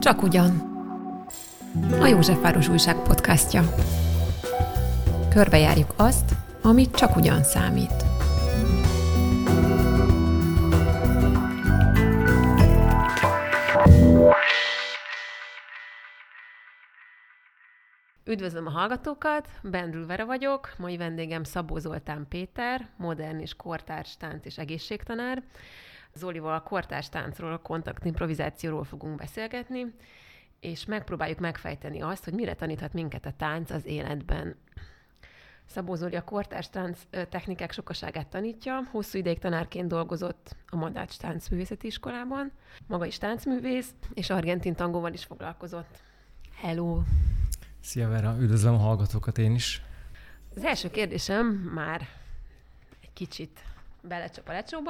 Csak ugyan. A Józsefváros Újság podcastja. Körbejárjuk azt, amit csak ugyan számít. Üdvözlöm a hallgatókat, Bendrül Vera vagyok, mai vendégem Szabó Zoltán Péter, modern és kortárs tánc és egészségtanár. Zolival a kortárs táncról, a kontaktimprovizációról fogunk beszélgetni, és megpróbáljuk megfejteni azt, hogy mire taníthat minket a tánc az életben. Szabó Zoli a kortárs tánc technikák sokaságát tanítja, hosszú ideig tanárként dolgozott a Madács Táncművészeti Iskolában, maga is táncművész, és argentin tangóval is foglalkozott. Hello! Szia Vera, üdvözlöm a hallgatókat én is. Az első kérdésem már egy kicsit belecsap a lecsóba.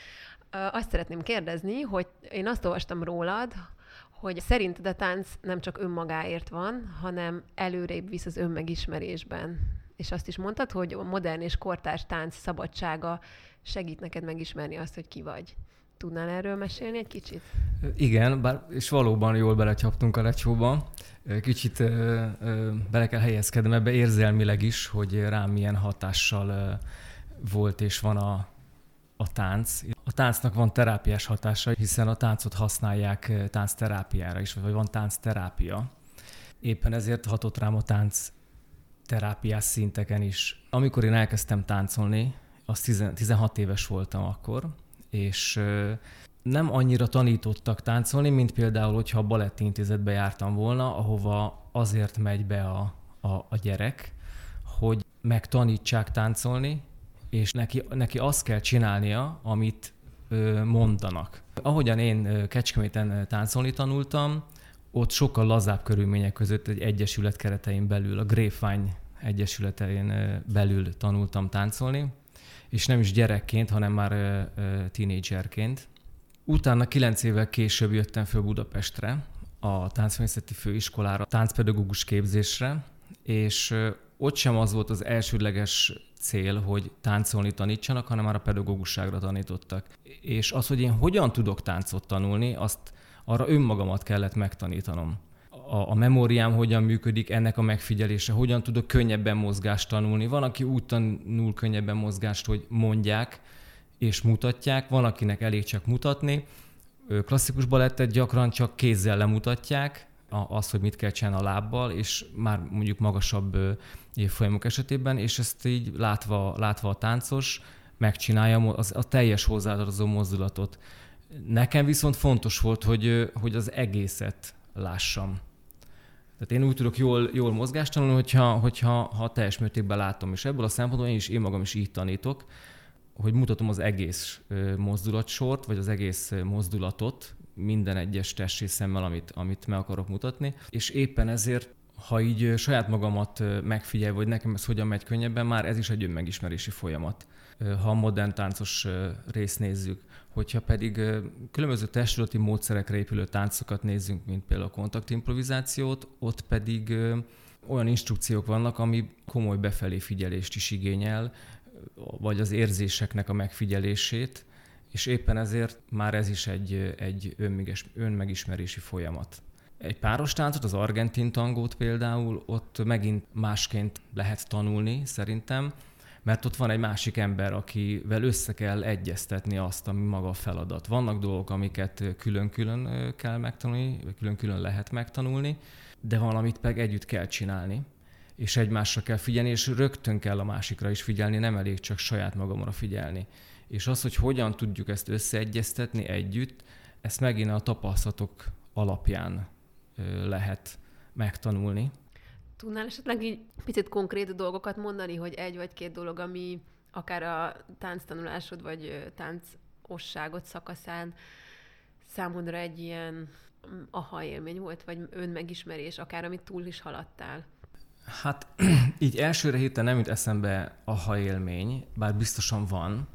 Azt szeretném kérdezni, hogy én azt olvastam rólad, hogy szerinted a tánc nem csak önmagáért van, hanem előrébb visz az önmegismerésben. És azt is mondtad, hogy a modern és kortárs tánc szabadsága segít neked megismerni azt, hogy ki vagy. Tudnál erről mesélni egy kicsit? Igen, és valóban jól belecsaptunk a lecsóba. Kicsit bele kell helyezkednem ebbe érzelmileg is, hogy rám milyen hatással volt és van a tánc. A táncnak van terápiás hatása, hiszen a táncot használják táncterápiára is, vagy van táncterápia. Éppen ezért hatott rám a tánc terápiás szinteken is. Amikor én elkezdtem táncolni, az 16 éves voltam akkor, és nem annyira tanítottak táncolni, mint például, hogyha a balettintézetbe jártam volna, ahova azért megy be a gyerek, hogy megtanítsák táncolni, és neki azt kell csinálnia, amit mondanak. Ahogyan én Kecskeméten táncolni tanultam, ott sokkal lazább körülmények között egy egyesület keretein belül, a Grapevine egyesületein belül tanultam táncolni, és nem is gyerekként, hanem már tínédzserként. Utána 9 évvel később jöttem föl Budapestre, a Táncművészeti Főiskolára, táncpedagógus képzésre, és ott sem az volt az elsődleges cél, hogy táncolni tanítsanak, hanem már a pedagógusságra tanítottak. És az, hogy én hogyan tudok táncot tanulni, arra önmagamat kellett megtanítanom. A memóriám hogyan működik, ennek a megfigyelése, hogyan tudok könnyebben mozgást tanulni. Van, aki úgy tanul könnyebben mozgást, hogy mondják és mutatják, van, akinek elég csak mutatni. Klasszikus balettet gyakran csak kézzel lemutatják, azt, hogy mit kell csinálni a lábbal, és már mondjuk magasabb évfolyamok esetében, és ezt így látva a táncos megcsinálja a teljes hozzátartozó mozdulatot. Nekem viszont fontos volt, hogy az egészet lássam. Tehát én úgy tudok jól mozgást tanulni, hogyha teljes mértékben látom, és ebből a szempontból én magam is így tanítok, hogy mutatom az egész mozdulatsort, vagy az egész mozdulatot, minden egyes testrészemmel, amit meg akarok mutatni, és éppen ezért, ha így saját magamat megfigyelve, hogy nekem ez hogyan megy könnyebben, már ez is egy önmegismerési folyamat, ha a modern táncos részt nézzük. Hogyha pedig különböző testudati módszerekre épülő táncokat nézzünk, mint például a kontaktimprovizációt, ott pedig olyan instrukciók vannak, ami komoly befelé figyelést is igényel, vagy az érzéseknek a megfigyelését, és éppen ezért már ez is egy önmegismerési folyamat. Egy páros táncot, az argentin tangót például, ott megint másként lehet tanulni szerintem, mert ott van egy másik ember, akivel össze kell egyeztetni azt, ami maga a feladat. Vannak dolgok, amiket külön-külön kell megtanulni, vagy külön-külön lehet megtanulni, de valamit meg együtt kell csinálni, és egymásra kell figyelni, és rögtön kell a másikra is figyelni, nem elég csak saját magamra figyelni. És az, hogy hogyan tudjuk ezt összeegyeztetni együtt, ezt megint a tapasztalatok alapján lehet megtanulni. Tudnál esetleg így picit konkrét dolgokat mondani, hogy egy vagy két dolog, ami akár a tánctanulásod vagy táncosságod szakaszán számodra egy ilyen aha élmény volt, vagy önmegismerés, akár amit túl is haladtál? Hát így elsőre héten nem jut eszembe aha élmény, bár biztosan van,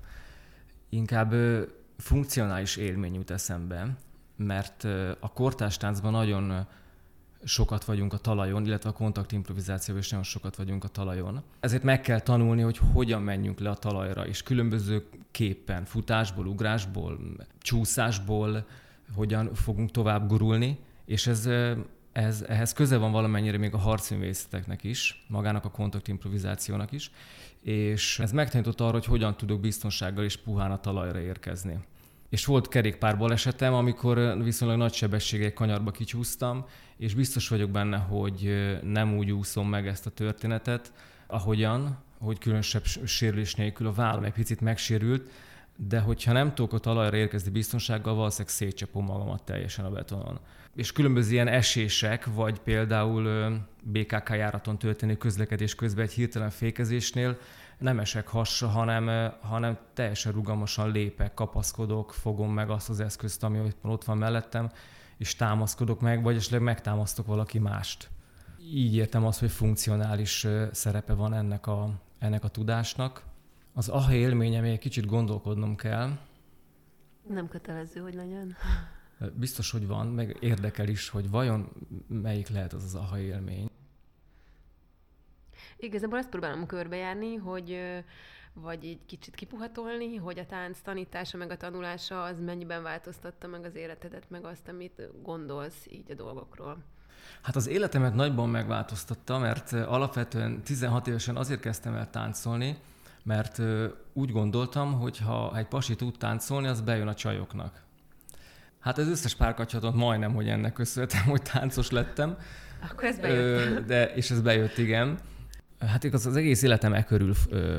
inkább funkcionális élmény jut eszembe, mert a kortárs táncban nagyon sokat vagyunk a talajon, illetve a kontaktimprovizációban is nagyon sokat vagyunk a talajon. Ezért meg kell tanulni, hogy hogyan menjünk le a talajra, és különböző képpen, futásból, ugrásból, csúszásból hogyan fogunk tovább gurulni, És ehhez köze van valamennyire még a harcművészeteknek is, magának a kontaktimprovizációnak is, és ez megtanított arra, hogy hogyan tudok biztonsággal és puhán a talajra érkezni. És volt kerékpár balesetem, amikor viszonylag nagy sebességgel kanyarba kicsúsztam, és biztos vagyok benne, hogy nem úgy úszom meg ezt a történetet, hogy különösebb sérülés nélkül a vállam egy picit megsérült, de hogyha nem tudok a talajra érkezni biztonsággal, valószínűleg szétcsapom magamat teljesen a betonon. És különböző ilyen esések, vagy például BKK járaton történő közlekedés közben egy hirtelen fékezésnél nem esek hasra, hanem teljesen rugalmasan lépek, kapaszkodok, fogom meg azt az eszközt, ami ott van mellettem, és támaszkodok meg, vagy esetleg megtámasztok valaki mást. Így értem azt, hogy funkcionális szerepe van ennek a tudásnak. Az AHA élményem, egy kicsit gondolkodnom kell. Nem kötelező, hogy legyen. Biztos, hogy van, meg érdekel is, hogy vajon melyik lehet az AHA élmény. Igazából azt próbálom körbejárni, hogy vagy így kicsit kipuhatolni, hogy a tánc tanítása meg a tanulása az mennyiben változtatta meg az életedet, meg azt, amit gondolsz így a dolgokról. Hát az életemet nagyban megváltoztatta, mert alapvetően 16 évesen azért kezdtem el táncolni, mert úgy gondoltam, hogy ha egy pasi tud táncolni, az bejön a csajoknak. Hát az összes párkapcsolatot majdnem, hogy ennek köszönhetem, hogy táncos lettem. Akkor ez bejött. És ez bejött, igen. Hát igaz, az egész életem körül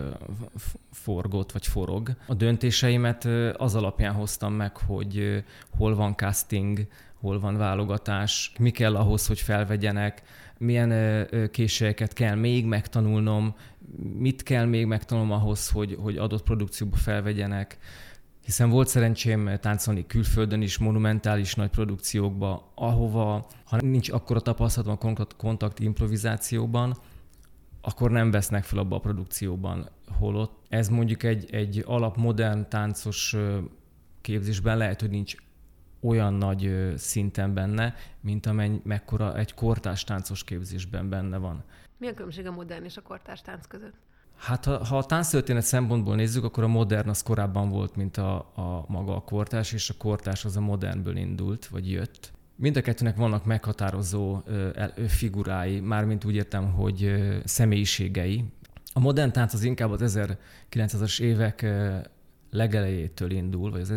forgott, vagy forog. A döntéseimet az alapján hoztam meg, hogy hol van casting, hol van válogatás, mi kell ahhoz, hogy felvegyenek, milyen készségeket kell még megtanulnom, mit kell még megtanulnom ahhoz, hogy adott produkcióba felvegyenek. Hiszen volt szerencsém táncolni külföldön is, monumentális nagy produkciókba, ahova, ha nincs akkora tapasztalatom a kontakt improvizációban, akkor nem vesznek fel abba a produkcióban, holott ez mondjuk egy alapmodern táncos képzésben lehet, hogy nincs olyan nagy szinten benne, mint mekkora egy kortárs táncos képzésben benne van. Mi a különbség a modern és a kortárs tánc között? Hát ha a tánctörténet szempontból nézzük, akkor a modern az korábban volt, mint a maga a kortárs, és a kortárs az a modernből indult, vagy jött. Mind a kettőnek vannak meghatározó figurái, mármint úgy értem, hogy személyiségei. A modern tánc az inkább az 1900-as évek legelejétől indul, vagy az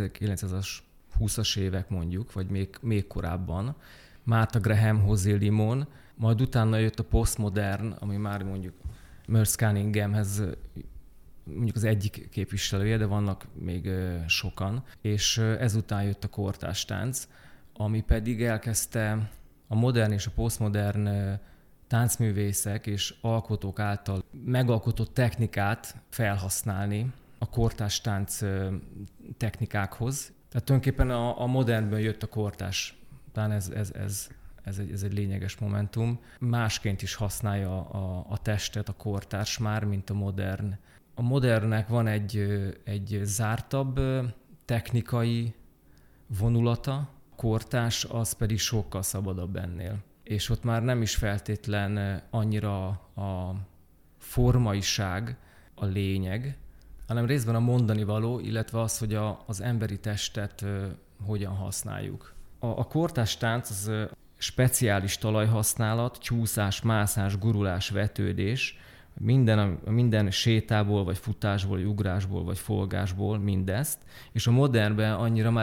1920-as évek mondjuk, vagy még korábban. Martha Graham, José Limón, majd utána jött a posztmodern, ami már mondjuk Merce Cunninghamhez mondjuk az egyik képviselője, de vannak még sokan, és ezután jött a kortárs tánc, ami pedig elkezdte a modern és a posztmodern táncművészek és alkotók által megalkotott technikát felhasználni a kortárs tánc technikákhoz. Tehát tulajdonképpen a modernből jött a kortárs. Talán ez egy lényeges momentum. Másként is használja a testet a kortárs már, mint a modern. A modernnek van egy zártabb technikai vonulata, a kortárs az pedig sokkal szabadabb ennél. És ott már nem is feltétlen annyira a formaiság a lényeg, hanem részben a mondani való, illetve az, hogy az emberi testet hogyan használjuk. A kortárs tánc az speciális talajhasználat, csúszás, mászás, gurulás, vetődés, minden sétából, vagy futásból, vagy ugrásból, vagy folgásból mindezt, és a modernben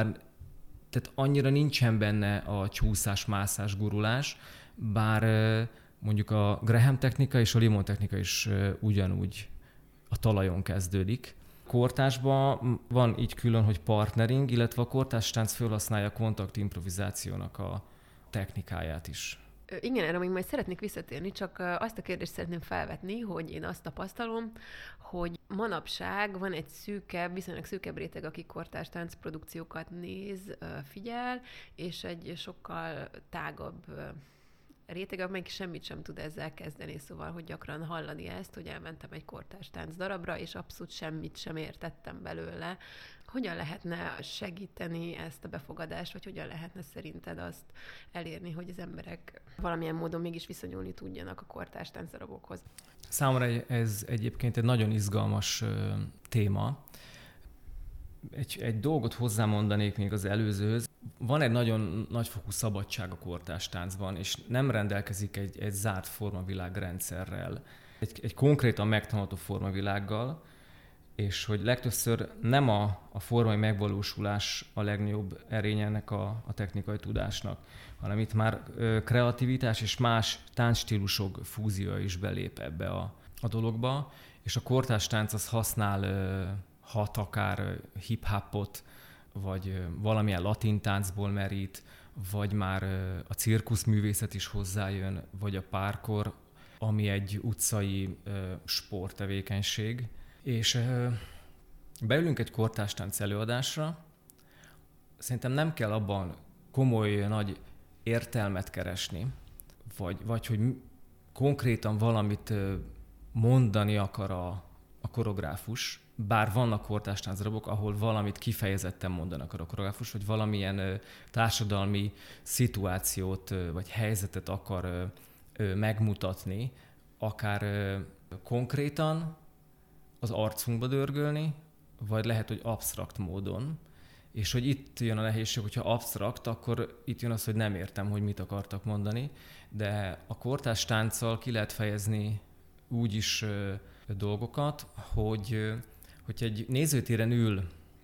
annyira nincsen benne a csúszás, mászás, gurulás, bár mondjuk a Graham technika és a Limón technika is ugyanúgy a talajon kezdődik. Kortársban van így külön, hogy partnering, illetve a kortárs tánc felhasználja a kontakt improvizációnak a technikáját is. Igen, erre még majd szeretnék visszatérni, csak azt a kérdést szeretném felvetni, hogy én azt tapasztalom, hogy manapság van egy viszonylag szűkebb réteg, aki kortárs táncprodukciókat néz, figyel, és egy sokkal tágabb réteg, amelyik semmit sem tud ezzel kezdeni, szóval, hogy gyakran hallani ezt, hogy elmentem egy kortárs tánc darabra, és abszolút semmit sem értettem belőle. Hogyan lehetne segíteni ezt a befogadást, vagy hogyan lehetne szerinted azt elérni, hogy az emberek valamilyen módon mégis viszonyulni tudjanak a kortárs táncdarabokhoz? Számomra ez egyébként egy nagyon izgalmas téma. egy dolgot hozzámondanék még az előzőhöz. Van egy nagyon nagyfokú szabadság a kortárs táncban, és nem rendelkezik egy zárt formavilágrendszerrel, egy konkrétan megtanulható formavilággal, és hogy legtöbbször nem a formai megvalósulás a legnagyobb erénye ennek a technikai tudásnak, hanem itt már kreativitás és más táncstílusok fúziója is belép ebbe a dologba, és a kortárs tánc az használ hat akár hip-hopot, vagy valamilyen latin táncból merít, vagy már a cirkuszművészet is hozzájön, vagy a parkour, ami egy utcai sporttevékenység. És beülünk egy kortárs tánc előadásra, szerintem nem kell abban komoly, nagy értelmet keresni, vagy hogy konkrétan valamit mondani akar a koreográfus, bár vannak kortárs táncdarabok, ahol valamit kifejezetten mondanak a koreográfus, vagy valamilyen társadalmi szituációt vagy helyzetet akar megmutatni, akár konkrétan az arcunkba dörgölni, vagy lehet, hogy absztrakt módon. És hogy itt jön a nehézség, hogyha absztrakt, akkor itt jön az, hogy nem értem, hogy mit akartak mondani, de a kortárs tánccal ki lehet fejezni úgy is dolgokat, hogy egy nézőtéren ül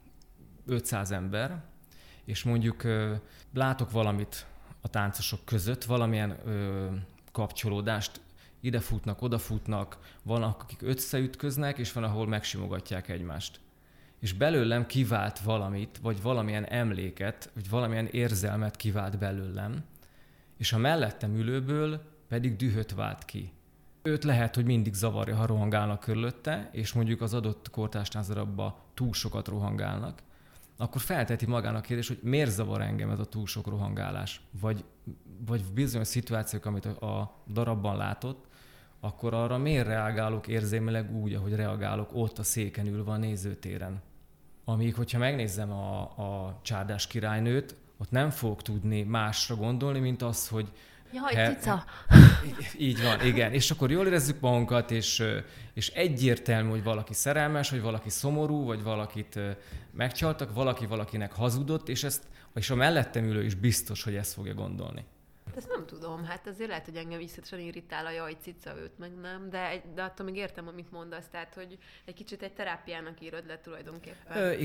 500 ember, és mondjuk látok valamit a táncosok között, valamilyen kapcsolódást, ide futnak, oda futnak, vannak, akik összeütköznek, és van, ahol megsimogatják egymást. És belőlem kivált valamit, vagy valamilyen emléket, vagy valamilyen érzelmet kivált belőlem, és a mellettem ülőből pedig dühöt vált ki. Őt lehet, hogy mindig zavarja, ha rohangálnak körülötte, és mondjuk az adott kortárs táncdarabban túl sokat rohangálnak, akkor felteti magának a kérdést, hogy miért zavar engem ez a túl sok rohangálás, vagy bizonyos szituációk, amit a darabban látott, akkor arra miért reagálok érzelmileg úgy, ahogy reagálok ott a széken ülve a nézőtéren. Amíg, hogyha megnézzem a Csárdás királynőt, ott nem fogok tudni másra gondolni, mint az, hogy jaj, cica! Így van, igen. És akkor jól érezzük magunkat, és egyértelmű, hogy valaki szerelmes, vagy valaki szomorú, vagy valakit megcsaltak, valaki valakinek hazudott, és a mellettem ülő is biztos, hogy ezt fogja gondolni. Ezt nem tudom, hát azért lehet, hogy engem iszonyatosan irritál a jaj, cica, őt meg nem, de attól még értem, amit mondasz, tehát, hogy egy kicsit egy terápiának írod le tulajdonképpen.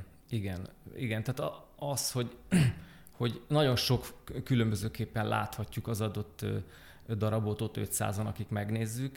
Igen. Tehát az, hogy nagyon sok különbözőképpen láthatjuk az adott darabot ott 500-an, akik megnézzük,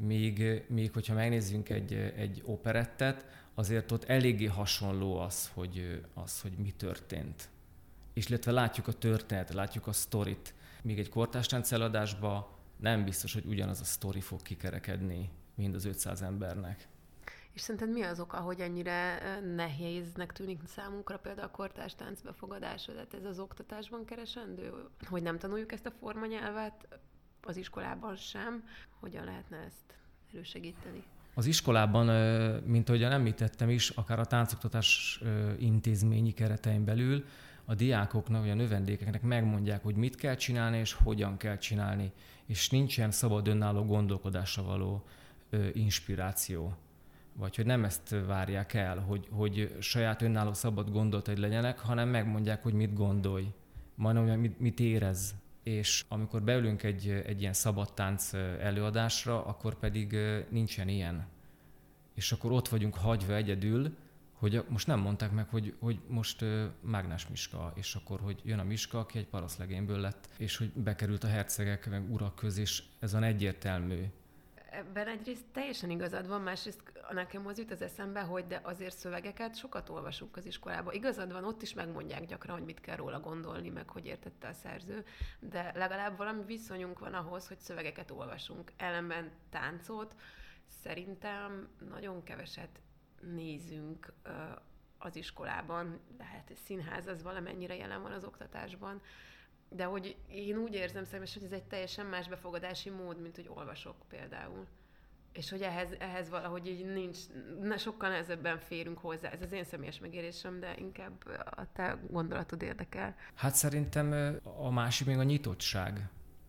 míg hogyha megnézzünk egy operettet, azért ott eléggé hasonló az, hogy mi történt. És illetve látjuk a történetet, látjuk a sztorit. Míg egy kortárs tánc előadásban nem biztos, hogy ugyanaz a sztori fog kikerekedni mind az 500 embernek. És szerinted mi az oka, hogy ennyire nehéznek tűnik számunkra például a kortárs tánc befogadása? Tehát ez az oktatásban keresendő? Hogy nem tanuljuk ezt a formanyelvet az iskolában sem? Hogyan lehetne ezt elősegíteni? Az iskolában, mint ahogyan említettem is, akár a táncoktatás intézményi keretein belül a diákoknak, vagy a növendékeknek megmondják, hogy mit kell csinálni, és hogyan kell csinálni, és nincsen szabad önálló gondolkodásra való inspiráció. Vagy hogy nem ezt várják el, hogy saját önálló szabad gondolatai legyenek, hanem megmondják, hogy mit gondolj, majdnem mit érez. És amikor beülünk egy ilyen szabadtánc előadásra, akkor pedig nincsen ilyen. És akkor ott vagyunk hagyva egyedül, hogy most nem mondták meg, hogy most Mágnás Miska, és akkor, hogy jön a Miska, aki egy parasztlegényből lett, és hogy bekerült a hercegek meg urak közé, és ez van egyértelmű. Ebben egyrészt teljesen igazad van, másrészt nekem az jut az eszembe, hogy de azért szövegeket sokat olvasunk az iskolában. Igazad van, ott is megmondják gyakran, hogy mit kell róla gondolni, meg hogy értette a szerző, de legalább valami viszonyunk van ahhoz, hogy szövegeket olvasunk. Ellenben táncot szerintem nagyon keveset nézünk az iskolában, lehet, hogy színház az valamennyire jelen van az oktatásban, de hogy én úgy érzem személyesen, hogy ez egy teljesen más befogadási mód, mint hogy olvasok például. És hogy ehhez valahogy így nincs, sokkal nehezebben férünk hozzá. Ez az én személyes megérésem, de inkább a te gondolatod érdekel. Hát szerintem a másik még a nyitottság.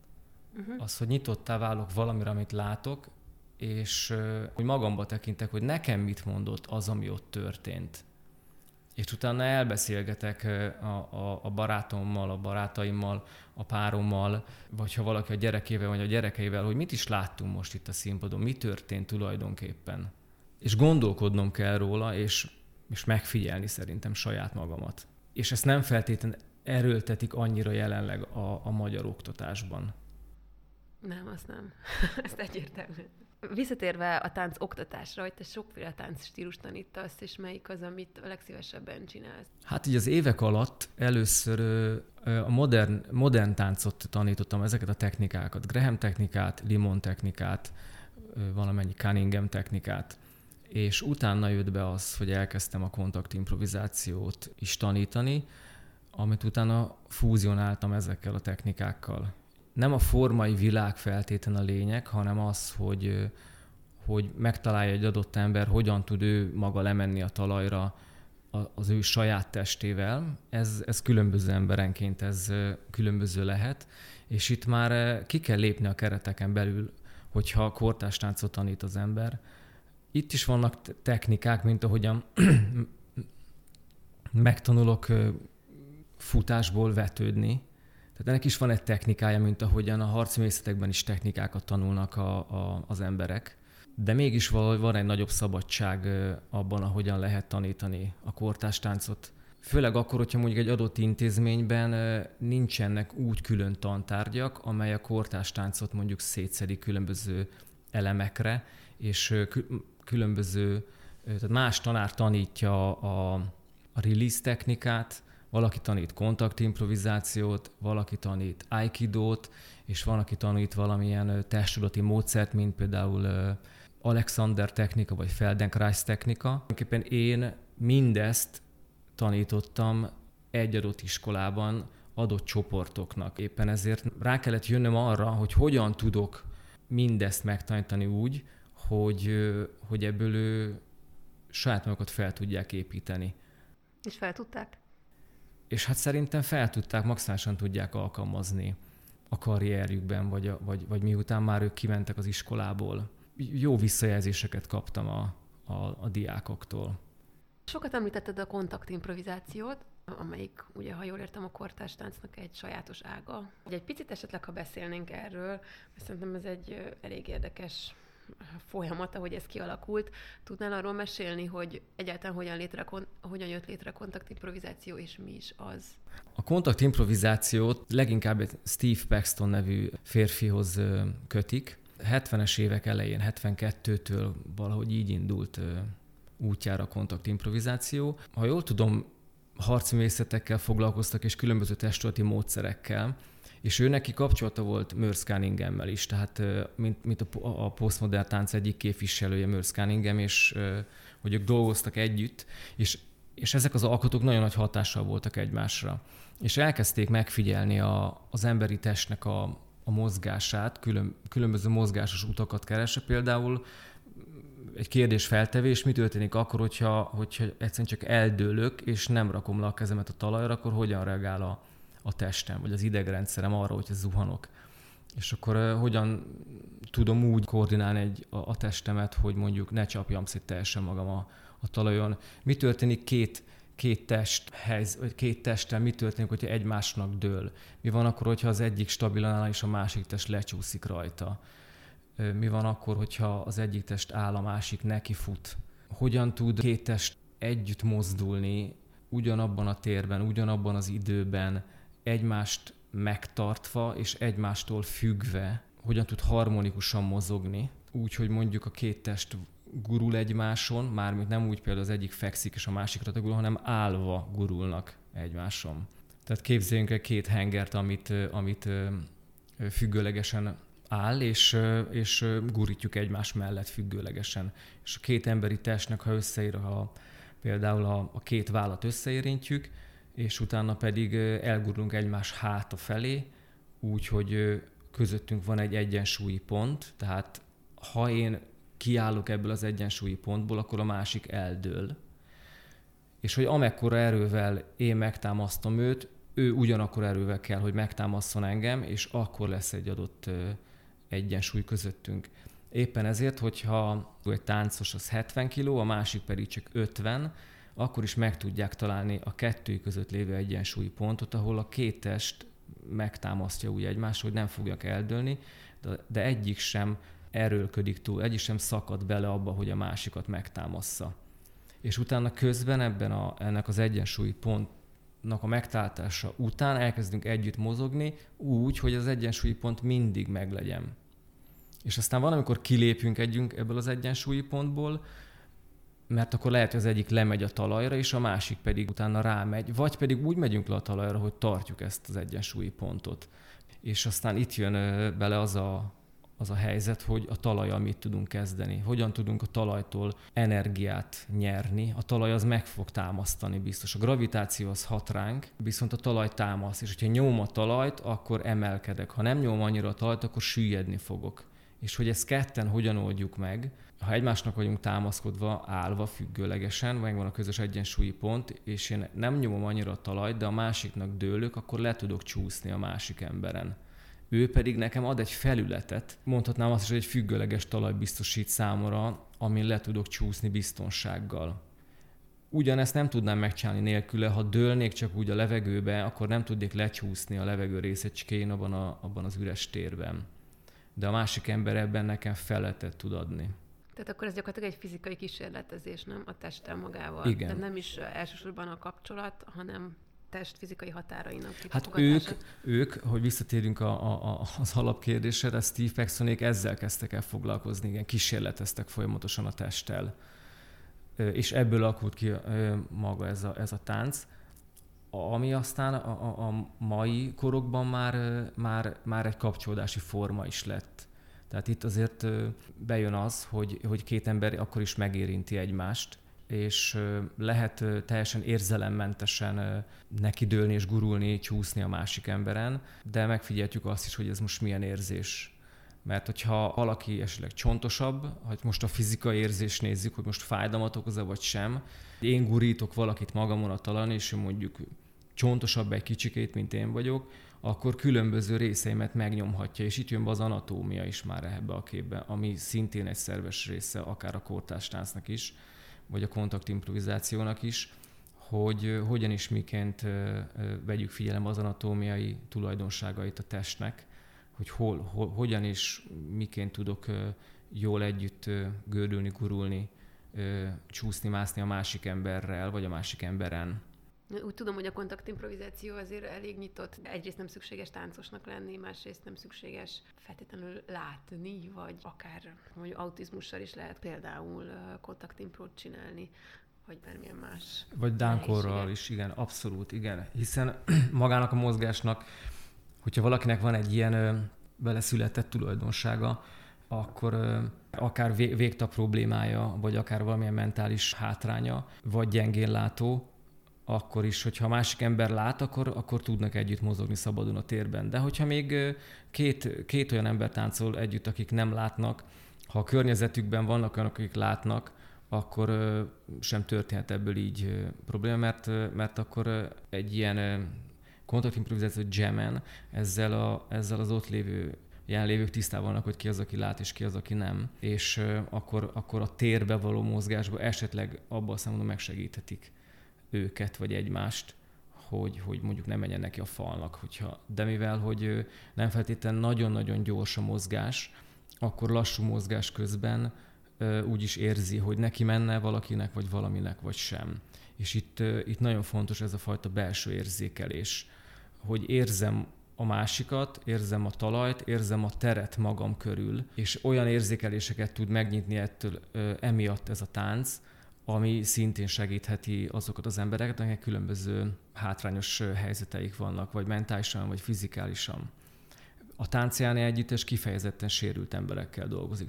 Az, hogy nyitottá válok valamire, amit látok, és hogy magamba tekintek, hogy nekem mit mondott az, ami ott történt. és utána elbeszélgetek a barátommal, a barátaimmal, a párommal, vagy ha valaki a gyerekével, vagy a gyerekeivel, hogy mit is láttunk most itt a színpadon, mi történt tulajdonképpen. És gondolkodnom kell róla, és megfigyelni szerintem saját magamat. És ezt nem feltétlenül erőltetik annyira jelenleg a magyar oktatásban. Nem, azt nem. Ezt egyértelműen. Visszatérve a tánc oktatásra, hogy te sokféle tánc stílust tanítasz, és melyik az, amit a legszívesebben csinálsz? Hát így az évek alatt először a modern táncot tanítottam, ezeket a technikákat, Graham technikát, Limon technikát, valamennyi Cunningham technikát, és utána jött be az, hogy elkezdtem a kontaktimprovizációt is tanítani, amit utána fúzionáltam ezekkel a technikákkal. Nem a formai világ feltétlen a lényeg, hanem az, hogy megtalálja egy adott ember, hogyan tud ő maga lemenni a talajra az ő saját testével. Ez különböző emberenként, ez különböző lehet, és itt már ki kell lépni a kereteken belül, hogyha kortárs táncot tanít az ember. Itt is vannak technikák, mint ahogyan megtanulok futásból vetődni. Tehát ennek is van egy technikája, mint ahogyan a harcművészetekben is technikákat tanulnak az emberek. De mégis van egy nagyobb szabadság abban, ahogyan lehet tanítani a kortárs táncot. Főleg akkor, hogyha mondjuk egy adott intézményben nincsenek úgy külön tantárgyak, amely a kortárs táncot mondjuk szétszedik különböző elemekre, és különböző, tehát más tanár tanítja a release technikát, valaki tanít kontaktimprovizációt, valaki tanít aikidót, és van, aki tanít valamilyen testtudati módszert, mint például Alexander technika, vagy Feldenkrais technika. Tulajdonképpen én mindezt tanítottam egy adott iskolában adott csoportoknak. Éppen ezért rá kellett jönnöm arra, hogy hogyan tudok mindezt megtanítani úgy, hogy ebből saját magukat fel tudják építeni. És fel tudták? És hát szerintem fel tudták, maximálisan tudják alkalmazni a karrierjükben, vagy miután már ők kimentek az iskolából. Jó visszajelzéseket kaptam a diákoktól. Sokat említetted a kontaktimprovizációt, amelyik, ugye, ha jól értem, a kortárs táncnak egy sajátos ága. Egy picit esetleg, ha beszélnénk erről, mert szerintem ez egy elég érdekes folyamat, ahogy ez kialakult. Tudnál arról mesélni, hogy egyáltalán hogyan jött létre a kontaktimprovizáció, és mi is az? A kontaktimprovizációt leginkább egy Steve Paxton nevű férfihoz kötik. 70-es évek elején, 72-től valahogy így indult útjára a kontaktimprovizáció. Ha jól tudom, harcművészetekkel foglalkoztak, és különböző testületi módszerekkel, és ő neki kapcsolata volt Merce Cunningham-mel is, tehát mint a posztmodern tánc egyik képviselője Merce Cunningham, és hogy ők dolgoztak együtt, és ezek az alkotók nagyon nagy hatással voltak egymásra. És elkezdték megfigyelni az emberi testnek a mozgását, különböző mozgásos utakat keresve, például egy kérdés feltevés, mi történik akkor, hogyha egyszerűen csak eldőlök, és nem rakom le a kezemet a talajra, akkor hogyan reagál a testem, vagy az idegrendszerem arra, hogyha zuhanok. És akkor hogyan tudom úgy koordinálni a testemet, hogy mondjuk ne csapjam szét teljesen magam a talajon. Mi történik két testtel, mi történik, hogyha egymásnak dől? Mi van akkor, hogyha az egyik stabilan áll, és a másik test lecsúszik rajta? Mi van akkor, hogyha az egyik test áll, a másik neki fut? Hogyan tud két test együtt mozdulni, ugyanabban a térben, ugyanabban az időben, egymást megtartva és egymástól függve, hogyan tud harmonikusan mozogni, úgy, hogy mondjuk a két test gurul egymáson, mármint nem úgy például az egyik fekszik és a másikra tagul, hanem állva gurulnak egymáson. Tehát képzeljünk el két hengert, amit függőlegesen áll, és gurítjuk egymás mellett függőlegesen. És a két emberi testnek, ha összeér, például a két vállat összeérintjük, és utána pedig elgurulunk egymás háta felé, úgy, hogy közöttünk van egy egyensúlyi pont, tehát ha én kiállok ebből az egyensúlyi pontból, akkor a másik eldől. És hogy amekkora erővel én megtámasztom őt, ő ugyanakkor erővel kell, hogy megtámasszon engem, és akkor lesz egy adott egyensúly közöttünk. Éppen ezért, hogyha egy táncos az 70 kg, a másik pedig csak 50, akkor is meg tudják találni a kettő között lévő egyensúlyi pontot, ahol a két test megtámasztja úgy egymást, hogy nem fogják eldőlni, de egyik sem erőlködik túl, egyik sem szakad bele abba, hogy a másikat megtámassza. És utána közben ennek az egyensúlyi pontnak a megtartása után elkezdünk együtt mozogni úgy, hogy az egyensúlyi pont mindig meglegyen. És aztán valamikor kilépünk ebből az egyensúlyi pontból, mert akkor lehet, hogy az egyik lemegy a talajra, és a másik pedig utána rámegy, vagy pedig úgy megyünk le a talajra, hogy tartjuk ezt az egyensúlyi pontot. És aztán itt jön bele az a helyzet, hogy a talajjal mit tudunk kezdeni. Hogyan tudunk a talajtól energiát nyerni. A talaj az meg fog támasztani biztos. A gravitáció az hat ránk, viszont a talaj támaszt. És hogyha nyomom a talajt, akkor emelkedek. Ha nem nyomom annyira a talajt, akkor süllyedni fogok. És hogy ezt ketten hogyan oldjuk meg, ha egymásnak vagyunk támaszkodva, állva, függőlegesen, megvan a közös egyensúlyi pont, és én nem nyomom annyira a talajt, de a másiknak dőlök, akkor le tudok csúszni a másik emberen. Ő pedig nekem ad egy felületet, mondhatnám azt is, hogy egy függőleges talaj biztosít számomra, amin le tudok csúszni biztonsággal. Ugyanezt nem tudnám megcsinálni nélküle, ha dőlnék csak úgy a levegőbe, akkor nem tudnék lecsúszni a levegő részecskén abban az üres térben. De a másik ember ebben nekem felületet tud adni. Tehát akkor ez gyakorlatilag egy fizikai kísérletezés, nem? A testtel magával. Igen. Tehát nem is elsősorban a kapcsolat, hanem test fizikai határainak kifogatása. Hát ők, hogy visszatérjünk az alapkérdésre, Steve Paxtonék ezzel kezdtek el foglalkozni, igen, kísérleteztek folyamatosan a testtel. És ebből alakult ki maga ez a tánc, ami aztán a mai korokban már egy kapcsolódási forma is lett. Tehát itt azért bejön az, hogy két ember akkor is megérinti egymást, és lehet teljesen érzelemmentesen nekidőlni és gurulni, csúszni a másik emberen, de megfigyeltjük azt is, hogy ez most milyen érzés. Mert hogyha valaki esetleg csontosabb, hogy most a fizikai érzést nézzük, hogy most fájdalmat okoz-e vagy sem, én gurítok valakit magamon a talán, és mondjuk csontosabb egy kicsikét, mint én vagyok, akkor különböző részeimet megnyomhatja, és itt jön be az anatómia is már ebbe a képbe, ami szintén egy szerves része, akár a kortárs táncnak is, vagy a kontaktimprovizációnak is, hogy hogyan is miként vegyük figyelembe az anatómiai tulajdonságait a testnek, hogy hogyan és miként tudok jól együtt gördülni, gurulni, csúszni, mászni a másik emberrel, vagy a másik emberen. Úgy tudom, hogy a kontaktimprovizáció azért elég nyitott. Egyrészt nem szükséges táncosnak lenni, másrészt nem szükséges feltétlenül látni, vagy akár vagy autizmussal is lehet például kontaktimprót csinálni, vagy bármilyen más. Vagy dánkorral is, igen, abszolút, igen. Hiszen magának a mozgásnak, hogyha valakinek van egy ilyen beleszületett tulajdonsága, akkor akár végtag problémája, vagy akár valamilyen mentális hátránya, vagy gyengénlátó, akkor is, hogyha a másik ember lát, akkor tudnak együtt mozogni szabadon a térben. De hogyha még két olyan ember táncol együtt, akik nem látnak, ha a környezetükben vannak olyanok, akik látnak, akkor sem történhet ebből így probléma, mert akkor egy ilyen kontaktimprovizáció jamen ezzel az ott lévő jelenlévők tisztában vannak, hogy ki az, aki lát, és ki az, aki nem. És akkor a térbe való mozgásba esetleg abban a szempontból megsegíthetik őket, vagy egymást, hogy mondjuk nem menjen neki a falnak. De mivel, hogy nem feltétlenül nagyon-nagyon gyors a mozgás, akkor lassú mozgás közben úgy is érzi, hogy neki menne valakinek, vagy valaminek, vagy sem. És itt nagyon fontos ez a fajta belső érzékelés, hogy érzem a másikat, érzem a talajt, érzem a teret magam körül, és olyan érzékeléseket tud megnyitni emiatt ez a tánc, ami szintén segítheti azokat az embereket, akik különböző hátrányos helyzeteik vannak, vagy mentálisan, vagy fizikálisan. A táncjáni együttes kifejezetten sérült emberekkel dolgozik,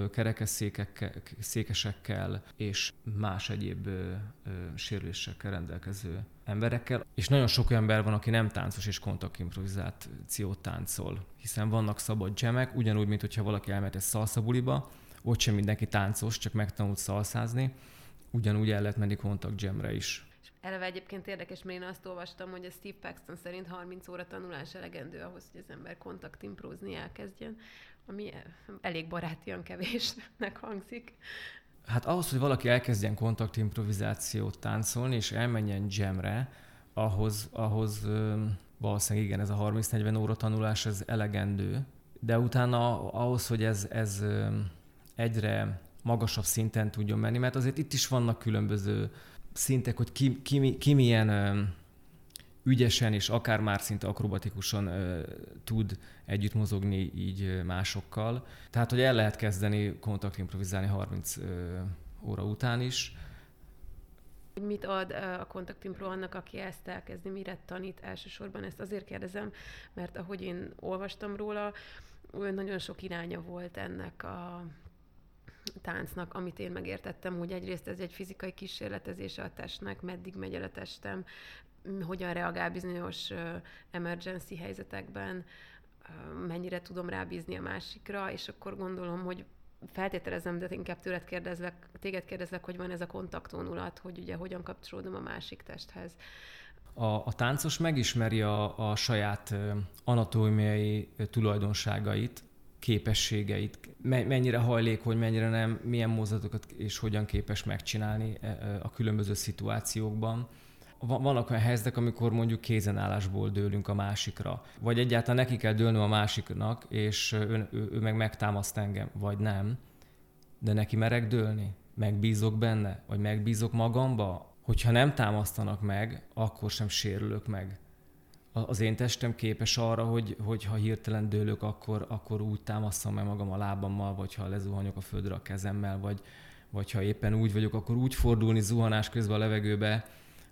kerekesszékesekkel és más egyéb sérülésekkel rendelkező emberekkel. És nagyon sok olyan ember van, aki nem táncos és kontaktimprovizációt táncol, hiszen vannak szabad jamek, ugyanúgy, mint hogyha valaki elmehet egy szalszabuliba, ott sem mindenki táncos, csak megtanult szalszázni, ugyanúgy el lehet menni kontakt jamre is. Eleve egyébként érdekes, mert én azt olvastam, hogy a Steve Paxton szerint 30 óra tanulás elegendő ahhoz, hogy az ember kontaktimprózni elkezdjen, ami elég barátian kevésnek hangzik. Hát ahhoz, hogy valaki elkezdjen kontaktimprovizációt táncolni, és elmenjen jamre, ahhoz valószínűleg igen, ez a 30-40 óra tanulás, ez elegendő. De utána ahhoz, hogy ez egyre magasabb szinten tudjon menni, mert azért itt is vannak különböző szintek, hogy ki milyen ügyesen és akár már szinte akrobatikusan tud együtt mozogni így másokkal. Tehát, hogy el lehet kezdeni kontaktimprovizálni 30 óra után is. Mit ad a kontaktimpro annak, aki ezt elkezdi, mire tanít elsősorban? Ezt azért kérdezem, mert ahogy én olvastam róla, nagyon sok iránya volt ennek a táncnak, amit én megértettem, hogy egyrészt ez egy fizikai kísérletezése a testnek, meddig megy el a testem, hogyan reagál bizonyos emergency helyzetekben, mennyire tudom rábízni a másikra, és akkor gondolom, hogy feltételezem, de inkább téged kérdezlek, hogy van ez a kontaktvonulat, hogy ugye hogyan kapcsolódom a másik testhez. A táncos megismeri a saját anatómiai tulajdonságait, képességeit, mennyire hajlékony, mennyire nem, milyen mozdulatokat és hogyan képes megcsinálni a különböző szituációkban. Vannak olyan helyzetek, amikor mondjuk kézenállásból dőlünk a másikra, vagy egyáltalán neki kell dőlnöm a másiknak, és ő meg megtámaszt engem, vagy nem, de neki merek dőlni, megbízok benne, vagy megbízok magamba. Hogyha nem támasztanak meg, akkor sem sérülök meg. Az én testem képes arra, hogy ha hirtelen dőlök, akkor úgy támasztam meg magam a lábammal, vagy ha lezuhanok a földre a kezemmel, vagy ha éppen úgy vagyok, akkor úgy fordulni zuhanás közben a levegőbe,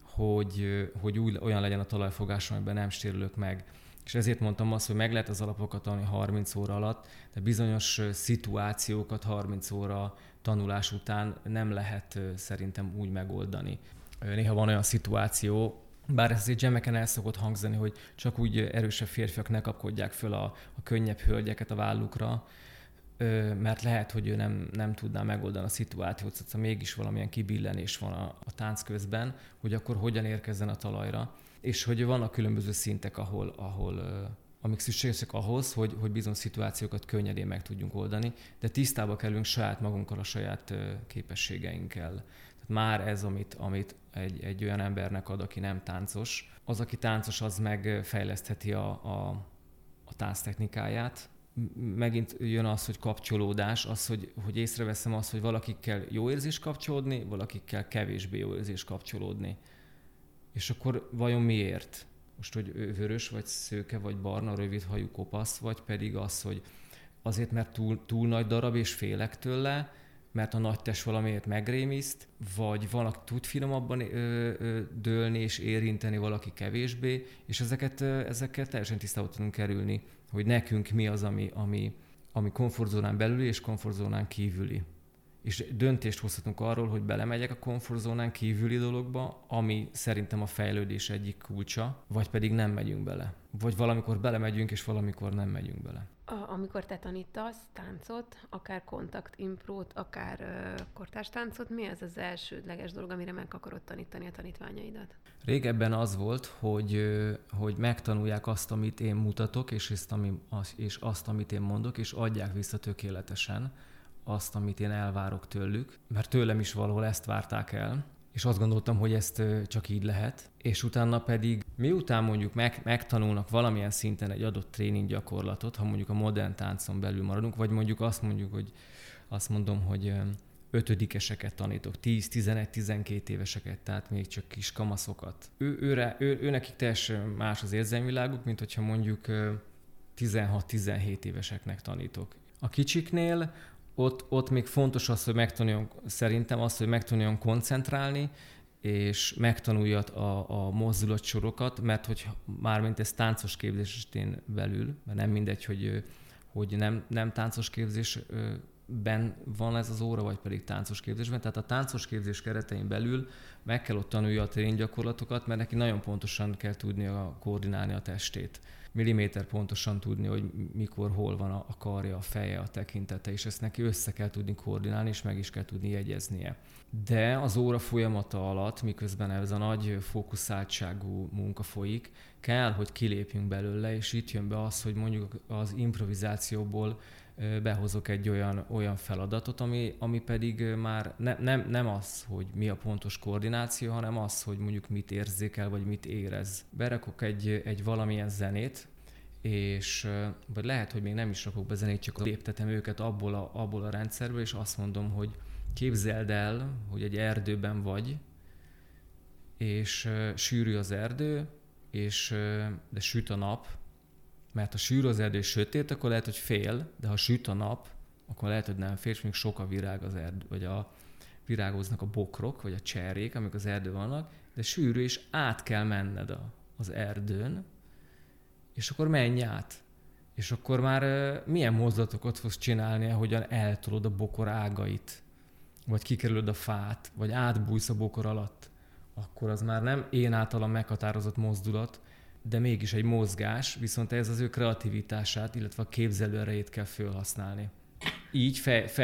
hogy olyan legyen a talajfogásom, amiben nem sérülök meg. És ezért mondtam azt, hogy meg lehet az alapokat tanulni 30 óra alatt, de bizonyos szituációkat 30 óra tanulás után nem lehet szerintem úgy megoldani. Néha van olyan szituáció, bár ez azért jameken el szokott hangzani, hogy csak úgy erősebb férfiak ne kapkodják föl a könnyebb hölgyeket a vállukra, mert lehet, hogy ő nem tudná megoldani a szituációt, szóval mégis valamilyen kibillenés van a tánc közben, hogy akkor hogyan érkezzen a talajra, és hogy vannak különböző szintek, amik szükségesek ahhoz, hogy bizonyos szituációkat könnyedén meg tudjunk oldani, de tisztába kerülünk saját magunkkal, a saját képességeinkkel. Tehát már ez, amit egy olyan embernek ad, aki nem táncos. Az, aki táncos, az megfejlesztheti a tánctechnikáját. Megint jön az, hogy kapcsolódás, az, hogy észreveszem azt, hogy valakikkel jó érzés kapcsolódni, valakikkel kevésbé jó érzés kapcsolódni. És akkor vajon miért? Most, hogy ő vörös, vagy szőke, vagy barna, rövidhajú, kopasz, vagy pedig az, hogy azért, mert túl nagy darab, és félek tőle, mert a nagy test valamiért megrémiszt, vagy valaki tud finomabban dőlni és érinteni, valaki kevésbé, és ezekkel teljesen tisztába tudunk kerülni, hogy nekünk mi az, ami komfortzónán belüli és komfortzónán kívüli. És döntést hozhatunk arról, hogy belemegyek a komfortzónán kívüli dologba, ami szerintem a fejlődés egyik kulcsa, vagy pedig nem megyünk bele. Vagy valamikor belemegyünk, és valamikor nem megyünk bele. Amikor te tanítasz táncot, akár kontaktimprót, akár kortárs táncot, mi az az elsődleges dolog, amire meg akarod tanítani a tanítványaidat? Régebben az volt, hogy megtanulják azt, amit én mutatok, és azt, amit én mondok, és adják vissza tökéletesen azt, amit én elvárok tőlük, mert tőlem is valahol ezt várták el, és azt gondoltam, hogy ezt csak így lehet, és utána pedig miután mondjuk megtanulnak valamilyen szinten egy adott tréning gyakorlatot, ha mondjuk a modern táncon belül maradunk, vagy mondjuk azt mondom, hogy ötödikeseket tanítok, 10, 11, 12 éveseket, tehát még csak kis kamaszokat. Ő nekik teljesen más az érzelmviláguk, mint hogyha mondjuk 16-17 éveseknek tanítok. A kicsiknél ott még fontos az, hogy megtanuljon koncentrálni, és megtanulja a mozdulatsorokat, mert hogy mármint ez táncos képzésén belül, mert nem mindegy, hogy nem táncos képzésben van ez az óra, vagy pedig táncos képzésben. Tehát a táncos képzés keretein belül meg kell ott tanulja a tréninggyakorlatokat, mert neki nagyon pontosan kell tudnia koordinálni a testét. Milliméter pontosan tudni, hogy mikor, hol van a karja, a feje, a tekintete, és ezt neki össze kell tudni koordinálni, és meg is kell tudni jegyeznie. De az óra folyamata alatt, miközben ez a nagy fókuszáltságú munka folyik, kell, hogy kilépjünk belőle, és itt jön be az, hogy mondjuk az improvizációból behozok egy olyan feladatot, ami pedig már nem az, hogy mi a pontos koordináció, hanem az, hogy mondjuk mit érzékel, vagy mit érez. Berakok egy valamilyen zenét, és vagy lehet, hogy még nem is rakok be zenét, csak léptetem őket abból a rendszerből, és azt mondom, hogy képzeld el, hogy egy erdőben vagy, és sűrű az erdő, de süt a nap, mert ha sűrű az erdő és sötét, akkor lehet, hogy fél, de ha süt a nap, akkor lehet, hogy nem fél, és még sok a virág az erdő, vagy virágoznak a bokrok, vagy a cserjék, amik az erdőn vannak, de sűrű, és át kell menned az erdőn, és akkor menj át. És akkor már milyen mozdulatokat fogsz csinálni, ahogyan eltolod a bokor ágait, vagy kikerülöd a fát, vagy átbújsz a bokor alatt, akkor az már nem én általam meghatározott mozdulat, de mégis egy mozgás, viszont ez az ő kreativitását, illetve a képzelő erejét kell felhasználni. Így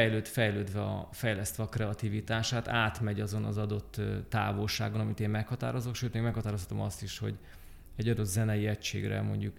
fejlesztve a kreativitását átmegy azon az adott távolságon, amit én meghatározok, sőt, még meghatározhatom azt is, hogy egy adott zenei egységre mondjuk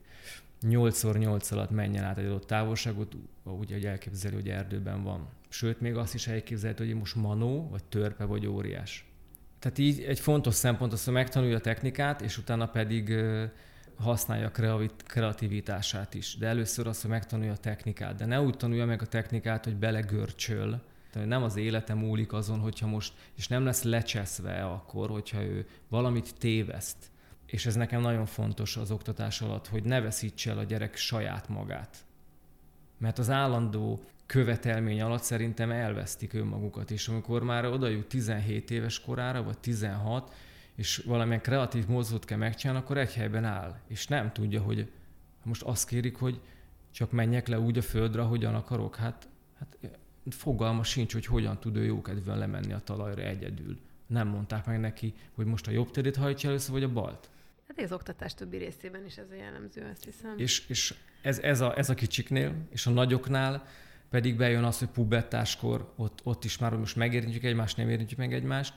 8x8 alatt menjen át egy adott távolságot, úgy, hogy elképzeli, hogy erdőben van. Sőt, még azt is elképzelhető, hogy most manó, vagy törpe, vagy óriás. Tehát így egy fontos szempont az, hogy megtanulja a technikát, és utána pedig használja a kreativitását is. De először az, hogy megtanulja a technikát. De ne úgy tanulja meg a technikát, hogy belegörcsöl. Tehát nem az élete múlik azon, hogyha most, és nem lesz lecseszve akkor, hogyha ő valamit téveszt. És ez nekem nagyon fontos az oktatás alatt, hogy ne veszítse el a gyerek saját magát. Mert az állandó követelmény alatt szerintem elvesztik önmagukat, és amikor már oda jut 17 éves korára, vagy 16, és valamilyen kreatív mozdulatot kell megcsinálni, akkor egy helyben áll, és nem tudja, hogy most azt kérik, hogy csak menjek le úgy a földre, ahogyan akarok. Hát fogalma sincs, hogy hogyan tud ő jókedvűen lemenni a talajra egyedül. Nem mondták meg neki, hogy most a jobb térét hajtja először, vagy a balt. Hát az oktatás többi részében is ez a jellemző, azt hiszem. És ez a kicsiknél, és a nagyoknál pedig bejön az, hogy pubertáskor, ott is már most megérintjük egymást, nem érintjük meg egymást,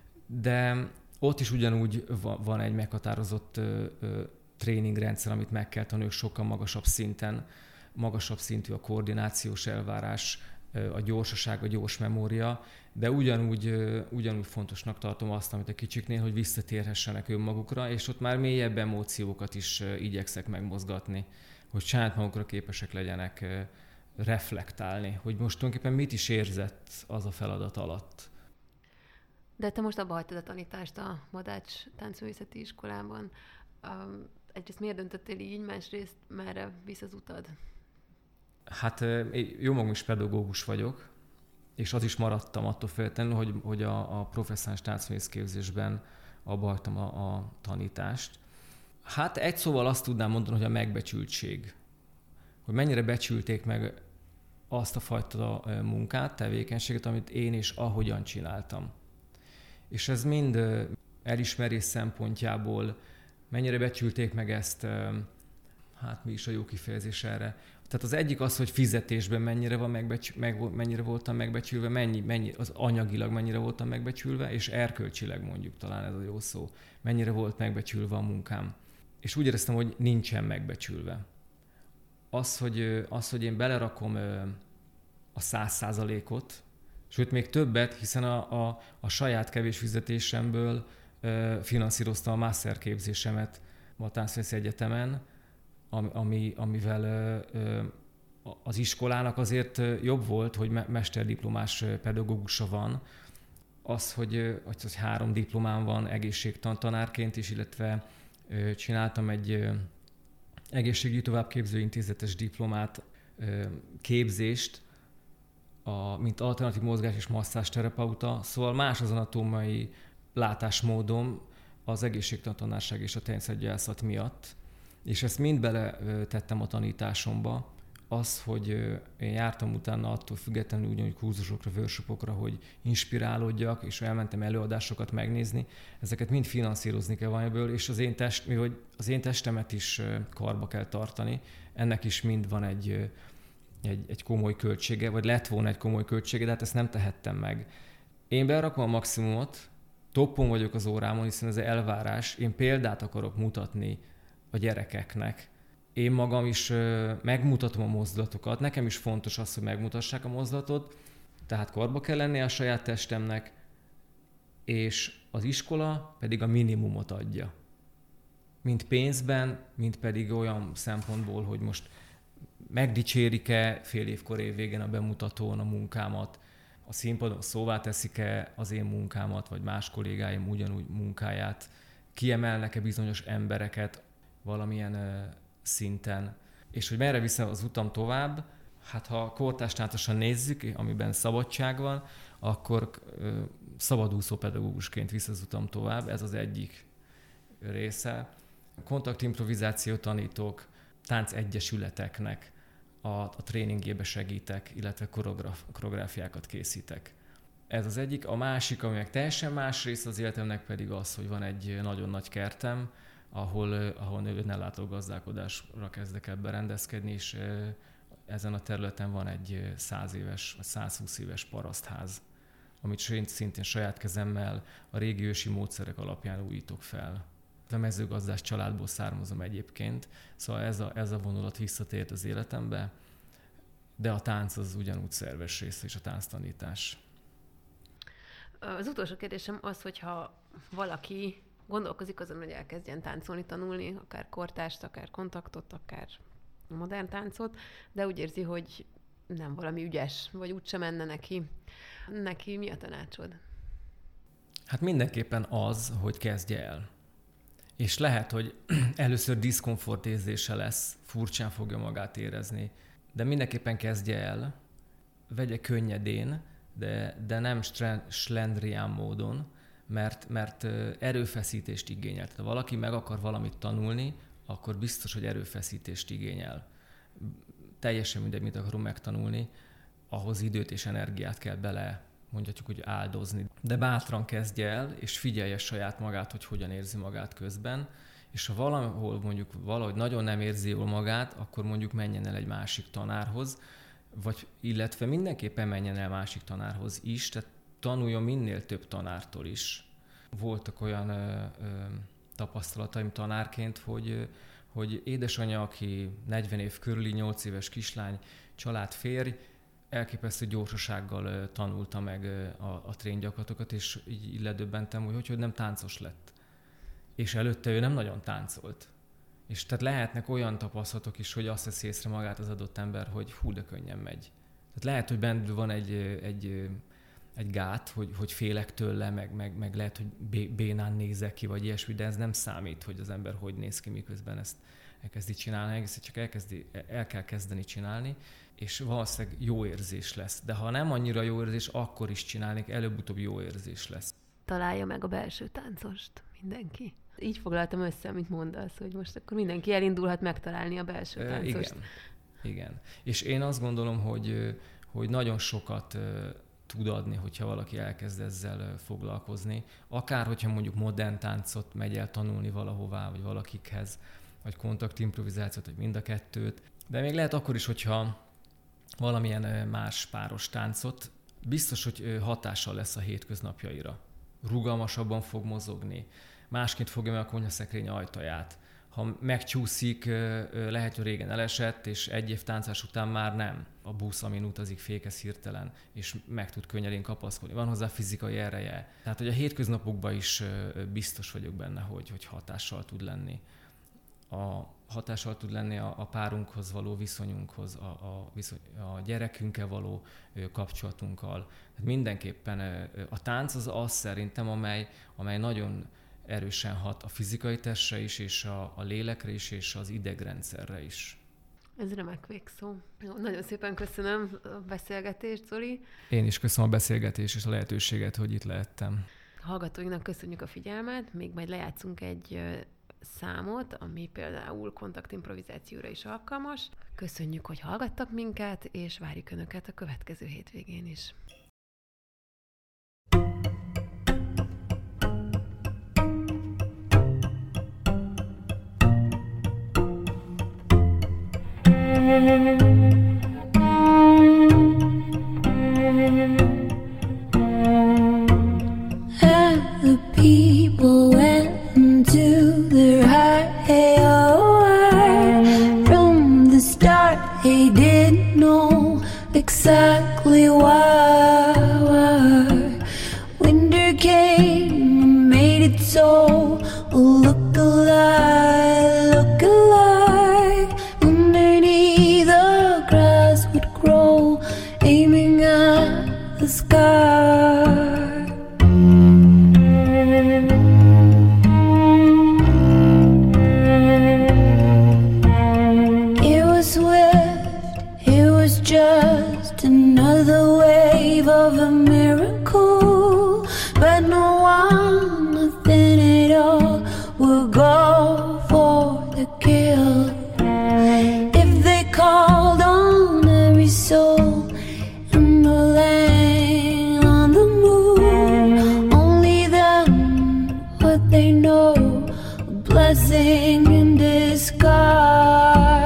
de ott is ugyanúgy van egy meghatározott tréningrendszer, amit meg kell tanulni sokkal magasabb szintű a koordinációs elvárás, a gyorsaság, a gyors memória, de ugyanúgy fontosnak tartom azt, amit a kicsiknél, hogy visszatérhessenek önmagukra, és ott már mélyebb emóciókat is igyekszek megmozgatni, hogy saját magukra képesek legyenek reflektálni, hogy most tulajdonképpen mit is érzett az a feladat alatt. De te most abba hagytad a tanítást a Madács Táncművészeti Iskolában. Egyrészt miért döntöttél így, másrészt merre visz az utad? Hát jó magam is pedagógus vagyok, és az is maradtam attól félteni, hogy a professzionális táncművészképzésben abba hagytam a tanítást. Hát egy szóval azt tudnám mondani, hogy a megbecsültség. Hogy mennyire becsülték meg azt a fajta munkát, tevékenységet, amit én is ahogyan csináltam. És ez mind elismerés szempontjából, mennyire becsülték meg ezt, hát mi is a jó kifejezés erre. Tehát az egyik az, hogy fizetésben mennyire voltam megbecsülve, mennyi az anyagilag mennyire voltam megbecsülve, és erkölcsileg mondjuk, talán ez a jó szó, mennyire volt megbecsülve a munkám. És úgy éreztem, hogy nincsen megbecsülve. Az, hogy én belerakom a 100%-ot, sőt még többet, hiszen a saját kevés fizetésemből finanszíroztam a masterképzésemet a Táncművészeti Egyetemen, amivel az iskolának azért jobb volt, hogy mesterdiplomás pedagógusa van. Az, hogy 3 diplomám van egészségtantanárként is, illetve csináltam egy egészségügyi továbbképző intézetes diplomát, képzést, mint alternatív mozgás és masszásterapeuta, szóval más az anatómiai látásmódom az egészségtantanárság és a természetgyógyászat miatt, és ezt mind beletettem a tanításomba. Az, hogy én jártam utána attól függetlenül ugyanúgy kurzusokra, workshopokra, hogy inspirálódjak, és elmentem előadásokat megnézni, ezeket mind finanszírozni kell valamiből, és mivel az én testemet is karba kell tartani, ennek is mind van egy komoly költsége, vagy lett volna egy komoly költsége, de hát ezt nem tehettem meg. Én berakom a maximumot, toppon vagyok az órámon, hiszen ez elvárás, én példát akarok mutatni a gyerekeknek, én magam is megmutatom a mozdulatokat, nekem is fontos az, hogy megmutassák a mozdulatot, tehát korba kell lennie a saját testemnek, és az iskola pedig a minimumot adja. Mind pénzben, mind pedig olyan szempontból, hogy most megdicsérik-e fél évkor évvégén a bemutatón a munkámat, a színpadon szóvá teszik-e az én munkámat, vagy más kollégáim ugyanúgy munkáját, kiemelnek-e bizonyos embereket valamilyen szinten, és hogy merre viszem az utam tovább, hát ha kortárstáncosan nézzük, amiben szabadság van, akkor szabadúszó pedagógusként visz az utam tovább, ez az egyik része. Kontaktimprovizációt tanítok, táncegyesületeknek a tréningébe segítek, illetve koreográfiákat készítek. Ez az egyik. A másik, ami meg teljesen más része az életemnek pedig az, hogy van egy nagyon nagy kertem, ahol növényellátó gazdálkodásra kezdek el berendezkedni, és ezen a területen van egy 100 éves, vagy 120 éves parasztház, amit szintén saját kezemmel a régi ősi módszerek alapján újítok fel. A mezőgazdás családból származom egyébként, szóval ez a vonulat visszatért az életembe, de a tánc az ugyanúgy szerves része, és a tánctanítás. Az utolsó kérdésem az, hogyha valaki gondolkozik azon, hogy elkezdjen táncolni, tanulni, akár kortást, akár kontaktot, akár modern táncot, de úgy érzi, hogy nem valami ügyes, vagy úgysem menne neki. Neki mi a tanácsod? Hát mindenképpen az, hogy kezdje el. És lehet, hogy először diszkomfort érzése lesz, furcsán fogja magát érezni, de mindenképpen kezdje el, vegye könnyedén, de nem slendrián módon, mert erőfeszítést igényel. Ha valaki meg akar valamit tanulni, akkor biztos, hogy erőfeszítést igényel. Teljesen mindegy, mit akarunk megtanulni, ahhoz időt és energiát kell bele, mondhatjuk, hogy áldozni. De bátran kezdje el, és figyelje saját magát, hogy hogyan érzi magát közben, és ha valahol mondjuk valahogy nagyon nem érzi jól magát, akkor mondjuk menjen el egy másik tanárhoz, illetve mindenképpen menjen el másik tanárhoz is, tehát tanuljon minél több tanártól is. Voltak olyan tapasztalataim tanárként, hogy édesanyja, aki 40 év körüli, 8 éves kislány, családférj, elképesztő gyorsasággal tanulta meg a tréningyakorlatokat, és így ledöbbentem, hogy nem táncos lett. És előtte ő nem nagyon táncolt. És tehát lehetnek olyan tapasztalatok is, hogy azt veszi észre magát az adott ember, hogy hú, de könnyen megy. Tehát lehet, hogy bennül van egy gát, hogy félek tőle, meg lehet, hogy bénán nézek ki, vagy ilyesmi, de ez nem számít, hogy az ember hogy néz ki, miközben ezt elkezdi csinálni, egészen csak el kell kezdeni csinálni, és valószínűleg jó érzés lesz. De ha nem annyira jó érzés, akkor is csinálni, előbb-utóbb jó érzés lesz. Találja meg a belső táncost mindenki. Így foglaltam össze, amit mondasz, hogy most akkor mindenki elindulhat megtalálni a belső táncost. Igen. És én azt gondolom, hogy nagyon sokat tud adni, hogyha valaki elkezd ezzel foglalkozni. Akár, hogyha mondjuk modern táncot megy el tanulni valahová, vagy valakikhez, vagy kontaktimprovizációt, vagy mind a kettőt. De még lehet akkor is, hogyha valamilyen más páros táncot, biztos, hogy hatással lesz a hétköznapjaira. Rugalmasabban fog mozogni, másként fogja meg a konyhaszekrény ajtaját. Ha megcsúszik, lehet, hogy régen elesett, és egy év táncás után már nem. A busz, amin utazik, fékez hirtelen, és meg tud könnyedén kapaszkodni. Van hozzá fizikai ereje. Tehát, hogy a hétköznapokban is biztos vagyok benne, hogy hatással tud lenni. Hatással tud lenni a párunkhoz való viszonyunkhoz, a gyerekünkkel való kapcsolatunkkal. Tehát mindenképpen a tánc az szerintem, amely nagyon erősen hat a fizikai testre is, és a lélekre is, és az idegrendszerre is. Ez remek végszó. Nagyon szépen köszönöm a beszélgetést, Zoli. Én is köszönöm a beszélgetést és a lehetőséget, hogy itt lehettem. Hallgatóinknak köszönjük a figyelmet, még majd lejátszunk egy számot, ami például kontaktimprovizációra is alkalmas. Köszönjük, hogy hallgattak minket, és várjuk Önöket a következő hétvégén is. The people went into their high from exactly why winter came and made it so. Look alive, underneath the grass would grow, aiming at the sky. It was swift, it was just another wave of a miracle, but no one, nothing at all will go for the kill. If they called on every soul in the land on the moon, only then would they know a blessing in disguise.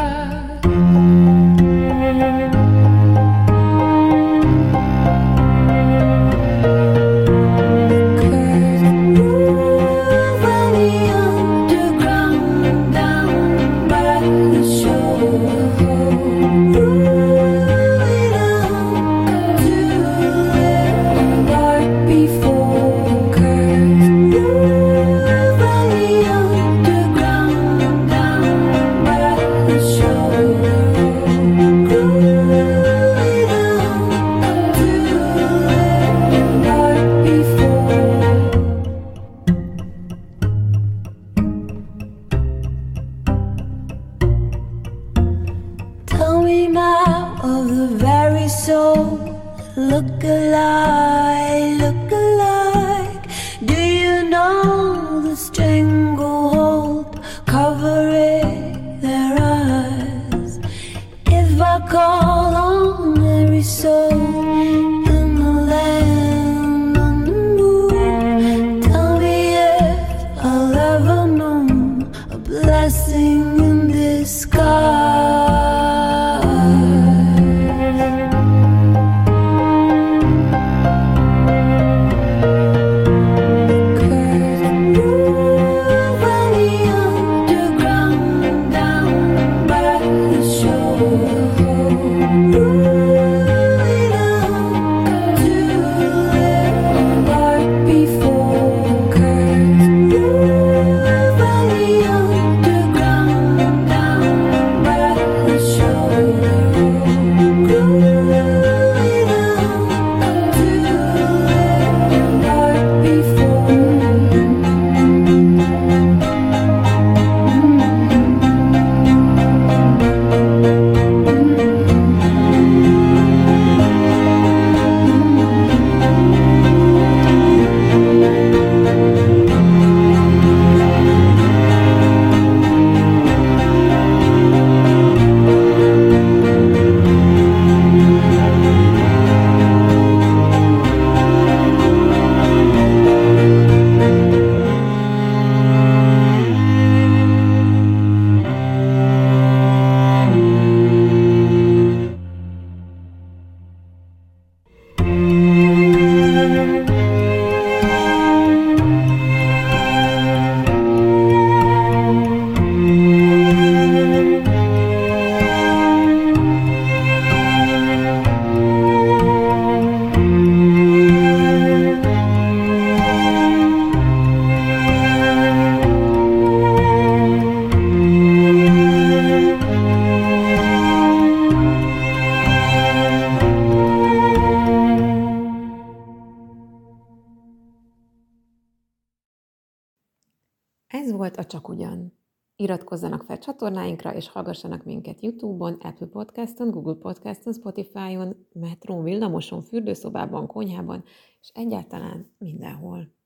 Look alike. Do you know the stranglehold covering their eyes? If I call on every soul in the land on the moon, tell me if I'll ever know a blessing in disguise. Ez volt a Csak Ugyan. Iratkozzanak fel csatornáinkra, és hallgassanak minket YouTube-on, Apple Podcaston, Google Podcaston, Spotify-on, metrón, villamoson, fürdőszobában, konyhában, és egyáltalán mindenhol.